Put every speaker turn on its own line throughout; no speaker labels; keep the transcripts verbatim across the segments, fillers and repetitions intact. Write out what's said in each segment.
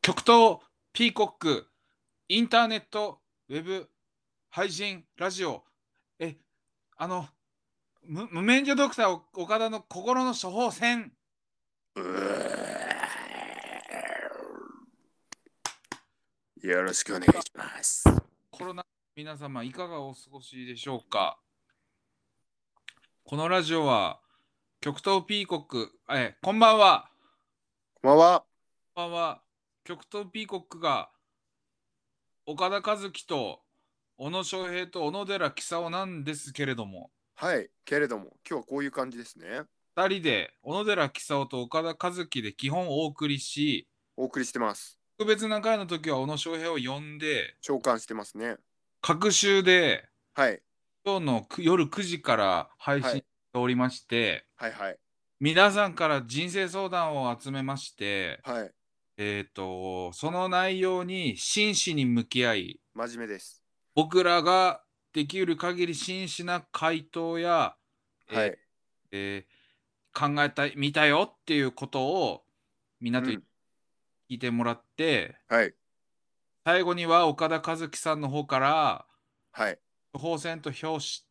極東ピーコックインターネットウェブ配信ラジオ。え、あの、無無免許ドクター岡田の心の処方箋。
よろしくお願いします。
コロナ皆様いかがお過ごしでしょうか。このラジオは極東ピーコック、え、こんばんは。
こんばんは。
こんばんは。極東ピーコックが岡田和樹と小野翔平と小野寺喜久夫なんですけれども、
はい、けれども、今日はこういう感じですね。
ふたりで小野寺喜久夫と岡田和樹で基本お送りし、
お送りしてます。
特別な回の時は小野翔平を呼んで、
召喚してますね。
各週で
はい、
今日のく夜くじから配信し
はい、
ておりまして、
はい、はい、
皆さんから人生相談を集めまして、
はい。
えっと、その内容に真摯に向き合い、
真面目です。
僕らができる限り真摯な回答や、えー
はい。
えー考えたい、見たよっていうことをみんなと聞
うん。
いてもらって、
はい、
最後には岡田和樹さんの方から
はい。
処方箋と評して、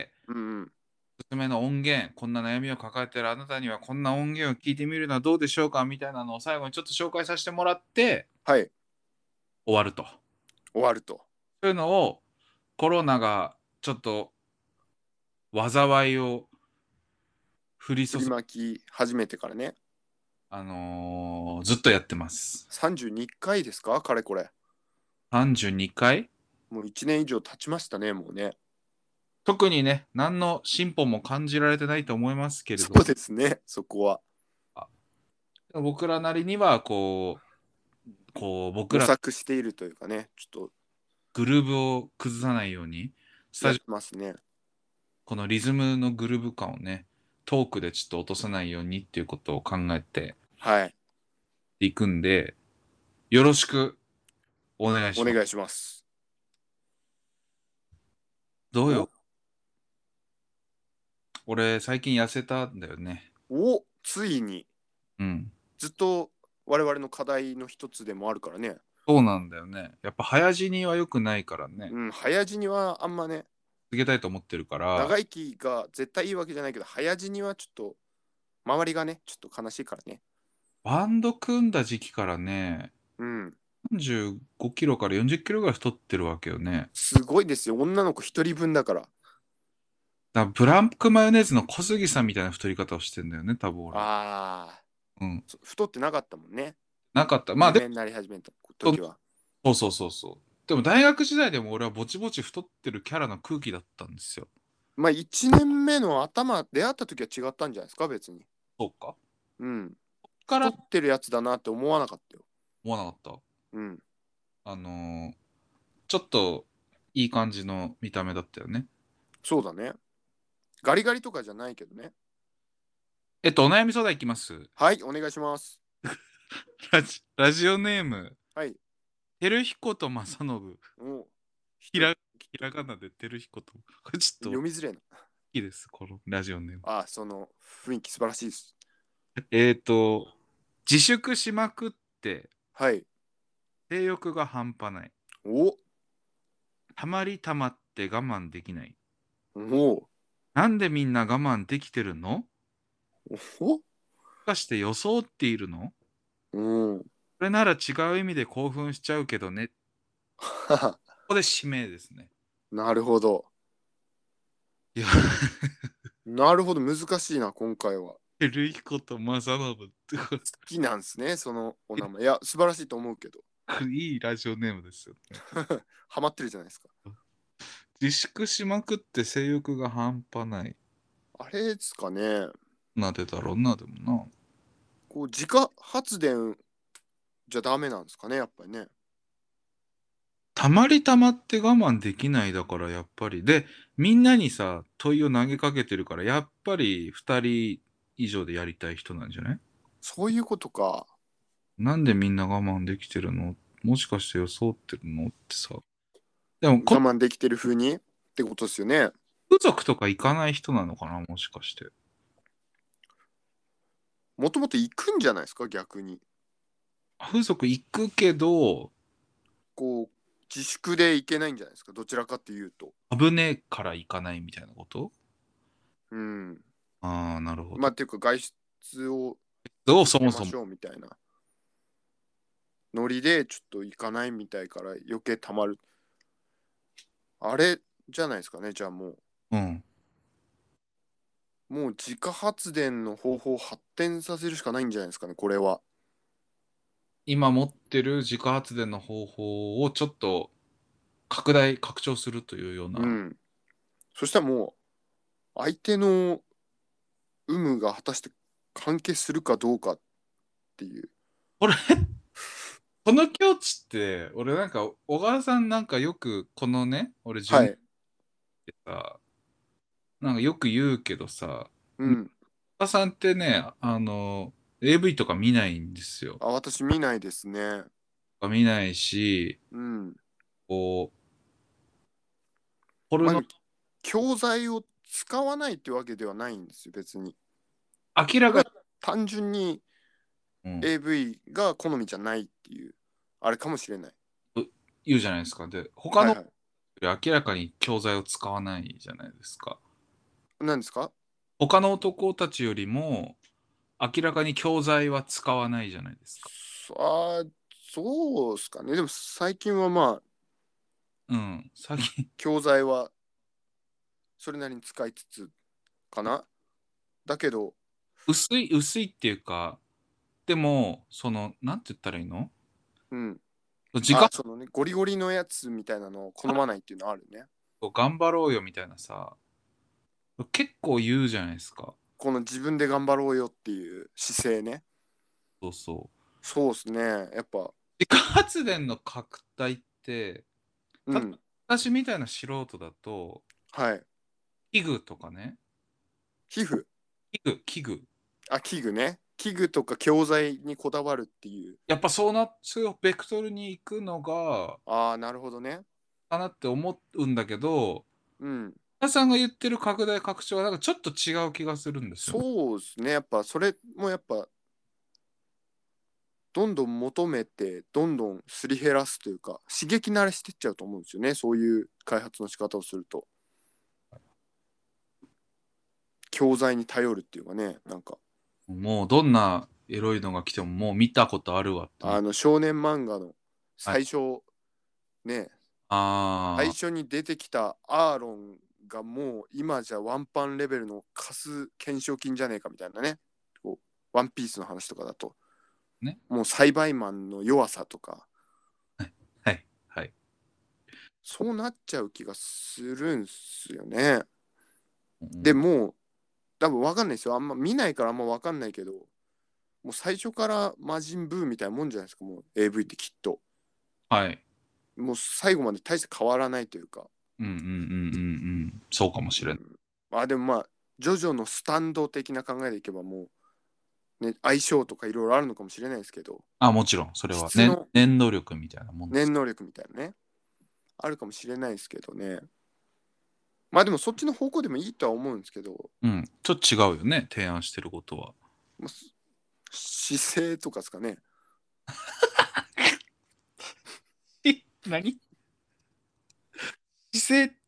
うんうん。
おすすめの音源、こんな悩みを抱えているあなたにはこんな音源を聞いてみるのはどうでしょうかみたいなのを最後にちょっと紹介させてもらって
はい。
終わると。
終わると。
そういうのをコロナがちょっと災いを降り注
振り巻き始めてからね。
あのーずっとやってます。
さんじゅうにかいですか、かれこれ。
さんじゅうにかい。
もういちねん以上経ちましたね、もうね。
特にね、何の進歩も感じられてないと思いますけれど、
そうですね、そこは。
僕らなりにはこう、こう僕
模
ら
索しているというかね、ちょっと
グルーブを崩さないように、スタ
やっ
ジオ、
てますね。
このリズムのグルーヴ感をね、トークでちょっと落とさないようにっていうことを考えて
はい。
いくんで、よろしくお願いします。
お願いします。お
どうよ。俺、最近痩せたんだよね。
おついに。
うん。
ずっと我々の課題の一つでもあるからね。
そうなんだよね。やっぱ早死には良くないからね。
うん、早死にはあんまね、
続けたいと思ってるから、
長生きが絶対いいわけじゃないけど、早死にはちょっと、周りがね、ちょっと悲しいからね。
バンド組んだ時期からね、
うん、
さんじゅうごキロからよんじゅっキロぐらい太ってるわけよね。
すごいですよ。女の子一人分だから。
だからブラックマヨネーズの小杉さんみたいな太り方をしてんだよね、多分俺。
ああ、
うん。
そ太ってなかったもんね。
なかった。まあで
有名になり始めた時は。
も、そうそうそうそう。でも大学時代でも俺はぼちぼち太ってるキャラの空気だったんですよ。
まあ、いちねんめの頭、出会った時は違ったんじゃないですか、別に。
そうか。
うん。
こっから
太ってるやつだなって思わなかったよ。
思わなかった。
うん。
あのーちょっといい感じの見た目だったよね。
そうだね。ガリガリとかじゃないけどね。
えっと、お悩み相談いきます。
はい、お願いします。
ラジ、ラジオネーム、
はい。
てるひことまさのぶ。
おう
ひら、
一人
ひらがなでてるひこと。これちょっと好
読みづれえな。
きです、このラジオネーム。
ああ、その雰囲気素晴らしいです。
えっと、自粛しまくって
はい。
性欲が半端ない。
お
たまりたまって我慢できない。
お
なんでみんな我慢できてるの？も
お
しかして装っているの？
お
これなら違う意味で興奮しちゃうけどね。こ
はは
こで締めですね。
なるほど。
いや、
なるほど。難しいな、今回は。好
てるひことまさのぶってこ
きなんすね、そのお名前。いや、素晴らしいと思うけど。
れいいラジオネームですよね。
ハマってるじゃないですか。
自粛しまくって性欲が半端ない。
あれですかね。
なんでだろうな、でもな。
こう、自家発電じゃダメなんですかね、やっぱりね。
たまりたまって我慢できないだからやっぱり。で、みんなにさ、問いを投げかけてるから、やっぱりふたり以上でやりたい人なんじゃない？
そういうことか。
なんでみんな我慢できてるの？もしかして装ってるのってさ。でも、
我
こ
慢できてる風にってことですよね。
風俗とか行かない人なのかなもしかして。
もともと行くんじゃないですか、逆に。
風俗行くけど、
こう自粛で行けないんじゃないですか、どちらかっていうと。
危ねえから行かないみたいなこと。
うん。
ああ、なるほど。
まあっていうか外出をちょっ
どう
と
そもそも。
避けましょうみたいなノリでちょっと行かないみたいから余計たまる。あれじゃないですかね、じゃあもう。
うん。
もう自家発電の方法を発展させるしかないんじゃないですかね、これは。
今持ってる自家発電の方法をちょっと拡大、拡張するというような。
うん。そしたらもう、相手の有無が果たして関係するかどうかっていう。
これ、この境地って、俺なんか、小川さんなんかよく、このね、俺じゅうねん
はい。
ってさ、なんかよく言うけどさ、
うん。
小川さんってね、あの、エーブイ とか見ないんですよ。
あ、私見ないですね。
見ないし、
うん。
こう、ポルノ、
まあでも、教材を使わないってわけではないんですよ、別に。ただ、
明らか
単純に
に、うん、
エーブイ が好みじゃないっていう、あれかもしれない。
言うじゃないですか。で、他の
はいはい。
明らかに教材を使わないじゃないですか。
何ですか？
他の男たちよりも明らかに教材は使わないじゃないですか。
そあーそうっすかね。でも最近はまあ、
うん。最近、
教材はそれなりに使いつつかな。だけど、
薄い、薄いっていうか、でも、その、なんて言ったらいいの。
うん。あ、
時間
そのね、ゴリゴリのやつみたいなのを好まないっていうのはあるね。
を頑張ろうよみたいなさ、結構言うじゃないですか。
この自分で頑張ろうよっていう姿勢ね。
そうそう。
そうっすね。やっぱ、
自家発電の拡大って、ただ
うん。
私みたいな素人だと、
はい。
器具とかね、
皮膚。
器具、器具。
あ、器具ね。器具とか教材にこだわるっていう。
やっぱそうな、そういうベクトルに行くのが、
ああ、なるほどね。
かなって思うんだけど、
うん。
田さんが言ってる拡大拡張はなんかちょっと違う気がするんですよね。
そうですね。やっぱそれもやっぱどんどん求めてどんどんすり減らすというか刺激慣れしてっちゃうと思うんですよね。そういう開発の仕方をすると教材に頼るっていうかね。なんか
もうどんなエロいのが来てももう見たことあるわって思う。
あの少年漫画の
はい。
最初ね、最
あ
初に出てきたアーロンがもう今じゃワンパンレベルのカス懸賞金じゃねえかみたいなね。こうワンピースの話とかだと
ー、ね。
もう栽培マンの弱さとか
はい。はい。
そうなっちゃう気がするんすよね。
うん、
でもう多分わかんないですよ。あんま見ないからあんまわかんないけど、もう最初から魔人ブーみたいなもんじゃないですか、もう エーブイ ってきっと。
はい。
もう最後まで大して変わらないというか。
うんうんうんうんうん。そうかもしれない。
うん、まあでもまあ、ジョジョのスタンド的な考えでいけばもう、ね、相性とかいろいろあるのかもしれないですけど、
あ、もちろん、それは、ね、
質の
念能力みたいなもんです。
念能力みたいなね、あるかもしれないですけどね。まあでもそっちの方向でもいいとは思うんですけど、
うん。ちょっと違うよね、提案してることは。
もう姿勢とかですかね。
え、何姿勢って、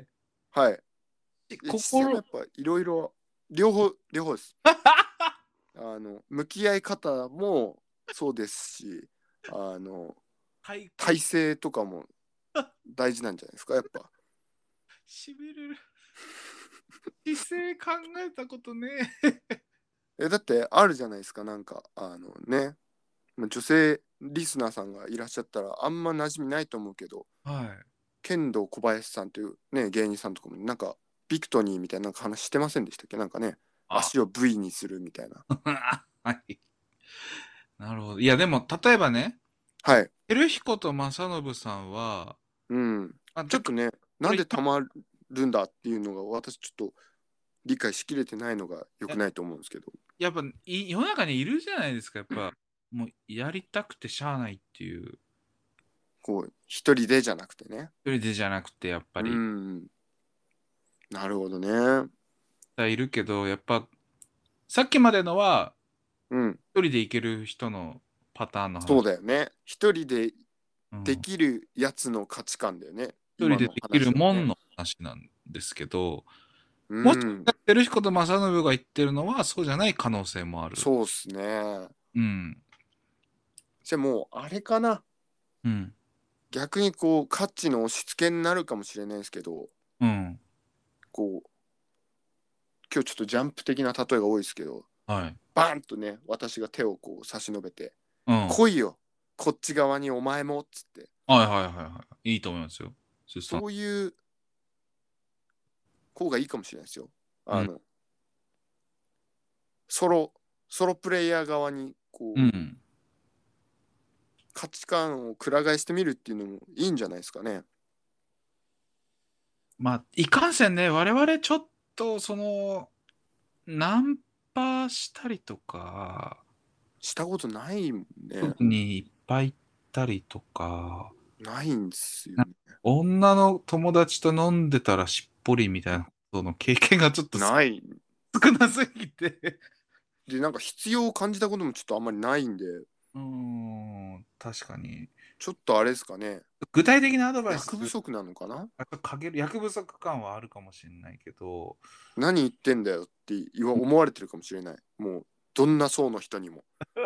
はい。
え
いや姿勢もや
心、
っぱいろいろ、両方、両方です。あの向き合い方もそうですし、あの
体
体勢とかも大事なんじゃないですか、やっぱ。
しびれる。姿勢考えたことね。
えだってあるじゃないですか、なんかあのね、まあ女性リスナーさんがいらっしゃったらあんま馴染みないと思うけど、
はい。
剣道小林さんというね芸人さんとかもなんかビクトニーみたいななんか話してませんでしたっけ、なんかね、
あ、
足を ブイ にするみたいな。
はい。なるほど。いや、でも、例えばね、
はい。
照彦と正信さんは、
うん。
あ、だか
ちょっとね、なん
俺、
でたまるんだっていうのが私ちょっと理解しきれてないのが良く
や
ないと思うんですけど。
やっぱい、世の中にいるじゃないですか。やっぱ、もう、やりたくてしゃあないっていう。
こう一人でじゃなくてね。
一人でじゃなくて、やっぱ
う
り、
ん。なるほどね。
いるけど、やっぱ、さっきまでのは、
うん。
一人で行ける人のパターンの話。
そうだよね。一人で
うん
できるやつの価値観だよね。
一人でできるもん
の
の話なんですけど、
話はね。
もし
うん。
かしてる彦と正信が言ってるのはそうじゃない可能性もある。
そうっすね。
うん。
じゃあもうあれかな。
うん。
逆にこう価値の押し付けになるかもしれないですけど、
うん。
こう今日ちょっとジャンプ的な例えが多いですけど、
はい。
バーンとね、私が手をこう差し伸べて、
うん。はい
来いよ、こっち側にお前もっつって、
はいはいはい。いいと思いますよ。そしたら
そういう方がいいかもしれないですよ。あの、ソロ、ソロプレイヤー側にこう、
うん。
価値観をくら替えしてみるっていうのもいいんじゃないですかね。
まあ、いかんせんね、我々ちょっと、その、ナンパしたりとか、
したことないもんね。
特にいっぱい行ったりとか、
ないんですよ
な
ね。
女の友達と飲んでたらしっぽりみたいな、その経験がちょっと少
ない。
少なすぎて。
で、なんか必要を感じたこともちょっとあんまりないんで、
うーん、確かに。
ちょっとあれですかね。
具体的なアドバイス、
役不足なのかな。
かける、役不足感はあるかもしれないけど、
何言ってんだよって言わ思われてるかもしれない。もう、どんな層の人にも。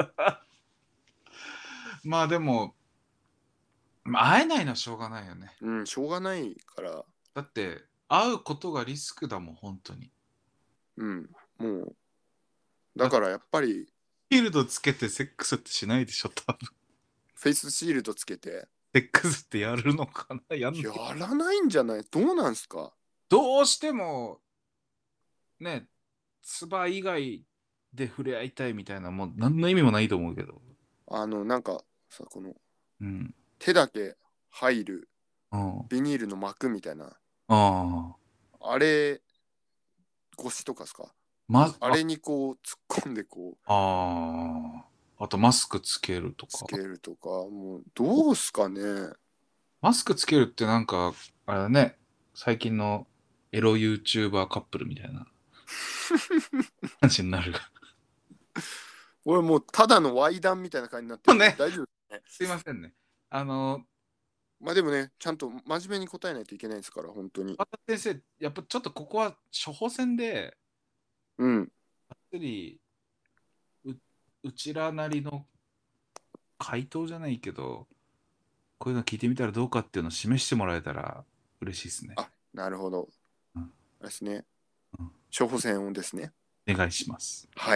まあでも、まあ会えないのはしょうがないよね。
うん、しょうがないから、
だって、会うことがリスクだもん、本当に。
うん、もう、
だって、
だからやっぱり、
フィールドつけてセックスってしないでしょ、多分。
フェイスシールドつけて、
セックスってやるのかなやんない。
やらないんじゃない？どうなんすか？
どうしても、ね、唾以外で触れ合いたいみたいな、もう何の意味もないと思うけど。
あの、なんかさ、この
うん。
手だけ入る
うん。
ビニールの膜みたいな、
ああ。
あれ越しとかですか？
ま、あ
あれにこう突っ込んでこう
あー。あと、マスクつけるとか。
つけるとか、もうどうすかね。
マスクつけるってなんか、あれだね、最近のエロ YouTuber カップルみたいな感じになる。
俺もうただのワイダンみたいな感じになってる、
ね。
大丈夫ですね。
すいませんね。あの、
まあでもね、ちゃんと真面目に答えないといけないですから、本当に。
和田先生、やっぱちょっとここは処方箋で、
うん。
がっつりう、うちらなりの回答じゃないけど、こういうの聞いてみたらどうかっていうのを示してもらえたら嬉しいですね。
あ、なるほど。
うん、
あれですね。
うん、
処方箋をですね。
お願いします。
はい。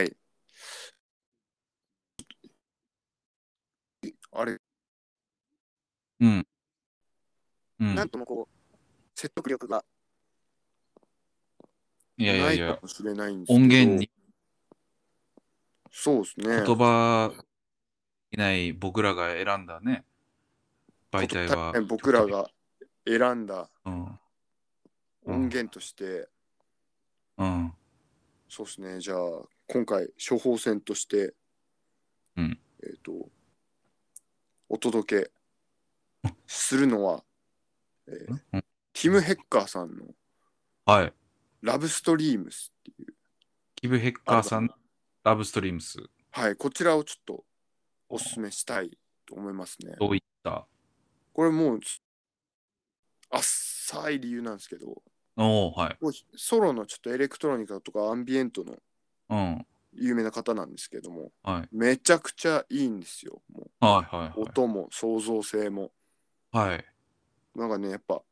あれ、
うん。うん。
なんともこう、説得力が
いやいや
ないか
いや、
もしれないんですけど、
音源に
そうですね。
言葉いない僕らが選んだね、媒体は。
僕らが選んだ
うん。
音源として、
うん。
そうですね。じゃあ、今回、処方箋として、
うん。
えっ、と、お届けするのは、えー
うん。
ティム・ヘッカーさんの
はい。
ラブストリームスっていう
キブ・ヘッ
アルバム。
カーさん、ラブストリームス。
はい、こちらをちょっとおすすめしたいと思いますね。
どういった。
これもう、浅い理由なんですけど、
おおはい。
もうソロのちょっとエレクトロニカとかアンビエントの
うん。
有名な方なんですけども、
はい。
めちゃくちゃいいんですよ。も
はいはいはい。
う音も創造性も。
はい。
なんかね、やっぱ、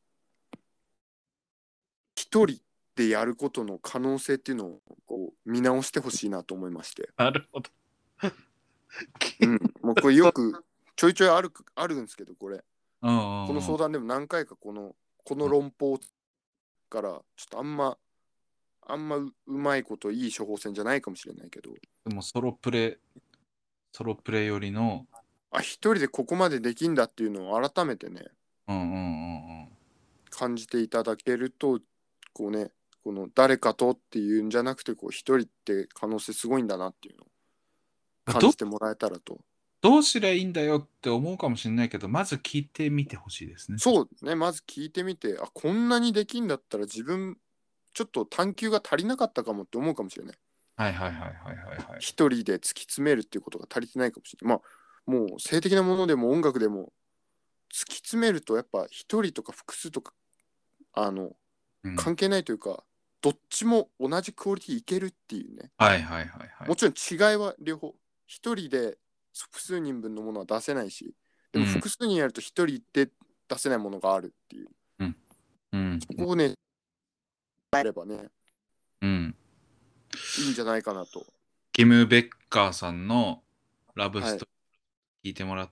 一人でやることの可能性っていうのをこう見直してほしいなと思いまして。
なるほど。
うん、もうこれよくちょいちょいあるあるんですけど、これ、
うんうんうん。
この相談でも何回かこのこの論法からちょっとあんまあんま う, うまいこといい処方箋じゃないかもしれないけど、
でもソロプレ、ソロプレよりの、
あ、一人でここまでできんだっていうのを改めてね
うんうんうんうん。
感じていただけると、こうね、この誰かとっていうんじゃなくて、こう一人って可能性すごいんだなっていうのを感
ど、
じてもらえたらと。
どうすりゃいいんだよって思うかもしれないけど、まず聞いてみてほしいですね。
そうね、まず聞いてみて、あ、こんなにできんだったら自分ちょっと探求が足りなかったかもって思うかもしれない。
はいはいはいはいはいはい。
一人で突き詰めるっていうことが足りてないかもしれない。まあもう性的なものでも音楽でも突き詰めるとやっぱ一人とか複数とかあの
うん
関係ないというか、どっちも同じクオリティいけるっていうね。
はいはいはいはい。
もちろん違いは両方。一人で複数人分のものは出せないし、でも
うん
複数人やると一人で出せないものがあるっていう。
うんうん
そこをね、あればね、
うん。
いいんじゃないかなと。
キム・ベッカーさんのラブ
はい。
ストーリー聞いてもらって、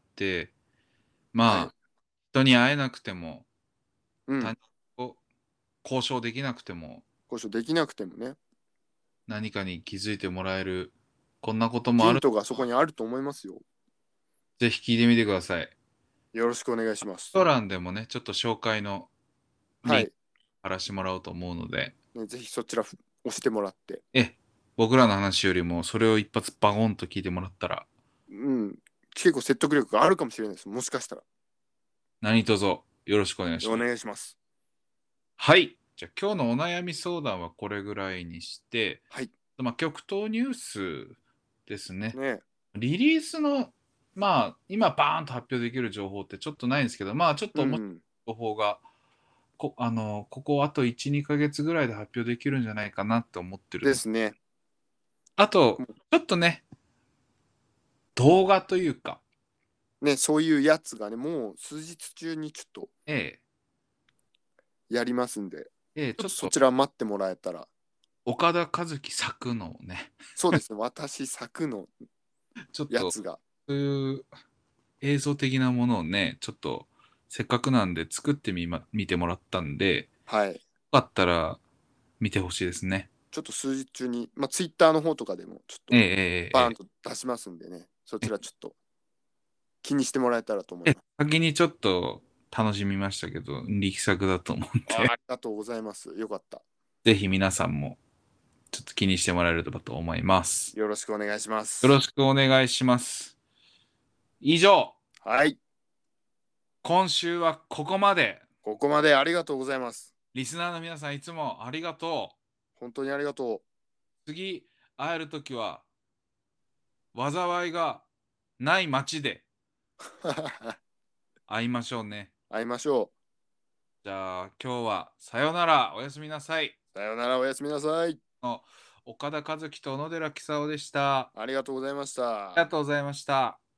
はい。
まあ、人に会えなくても、
うん。
他人と交渉できなくても、
交渉できなくてもね、
何かに気づいてもらえる、こんなこともある。
ヒントがそこにあると思いますよ。
ぜひ聞いてみてください。
よろしくお願いします。
レストランでもね、ちょっと紹介のリンク
はい。
貼らしてもらおうと思うので、
ね、ぜひそちら押してもらって。
え、僕らの話よりもそれを一発バゴンと聞いてもらったら、
うん。結構説得力があるかもしれないです。もしかしたら。
何卒よろしくお願いし
お
ます。
願いします。
はい。じゃあ今日のお悩み相談はこれぐらいにして、
はい。
まあ、極東ニュースですね。
ね。
リリースの、まあ、今バーンと発表できる情報ってちょっとないんですけど、まあ、ちょっと面白い
うん。
情報が、こ、あの、ここあといち、にかげつぐらいで発表できるんじゃないかなって思ってるの。
ですね。
あと、ちょっとね、動画というか、
ね、そういうやつがね、もう数日中にちょっと
ええ、
やりますんで、
ええ、
ちょっと
ちょっと
そちら待ってもらえたら。
岡田和樹作のね、
そうですね。私作の
ちょっと、
やつが。
そういう映像的なものをね、ちょっと、せっかくなんで作ってみま、見てもらったんで、よ
はい。
かったら見てほしいですね。
ちょっと数日中に、まあ、ツイッターの方とかでもちょっと
ええ、ええ、
バーンと出しますんでね、そちらちょっと気にしてもらえたらと思い
ええ、
ます。
先にちょっと楽しみましたけど、力作だと思うん
あ、
で、
ありがとうございます。よかった。
ぜひ皆さんもちょっと気にしてもらえればと思います。
よろしくお願いしま
よろ
す。
しくお願いします。以上、
はい。
今週はここまで。
ここまでありがとうございます。
リスナーの皆さんいつもありがとう。
本当にありがと
次会えるときは災いがない街で
う。
会いましょうね。
会いましょ
じゃあ今日はさようなら、おやすみなさい。
う。さようなら、おやすみなさい。
の岡田和樹と小野寺喜久夫でした。あ
ありがとうございました。
りがとうございました。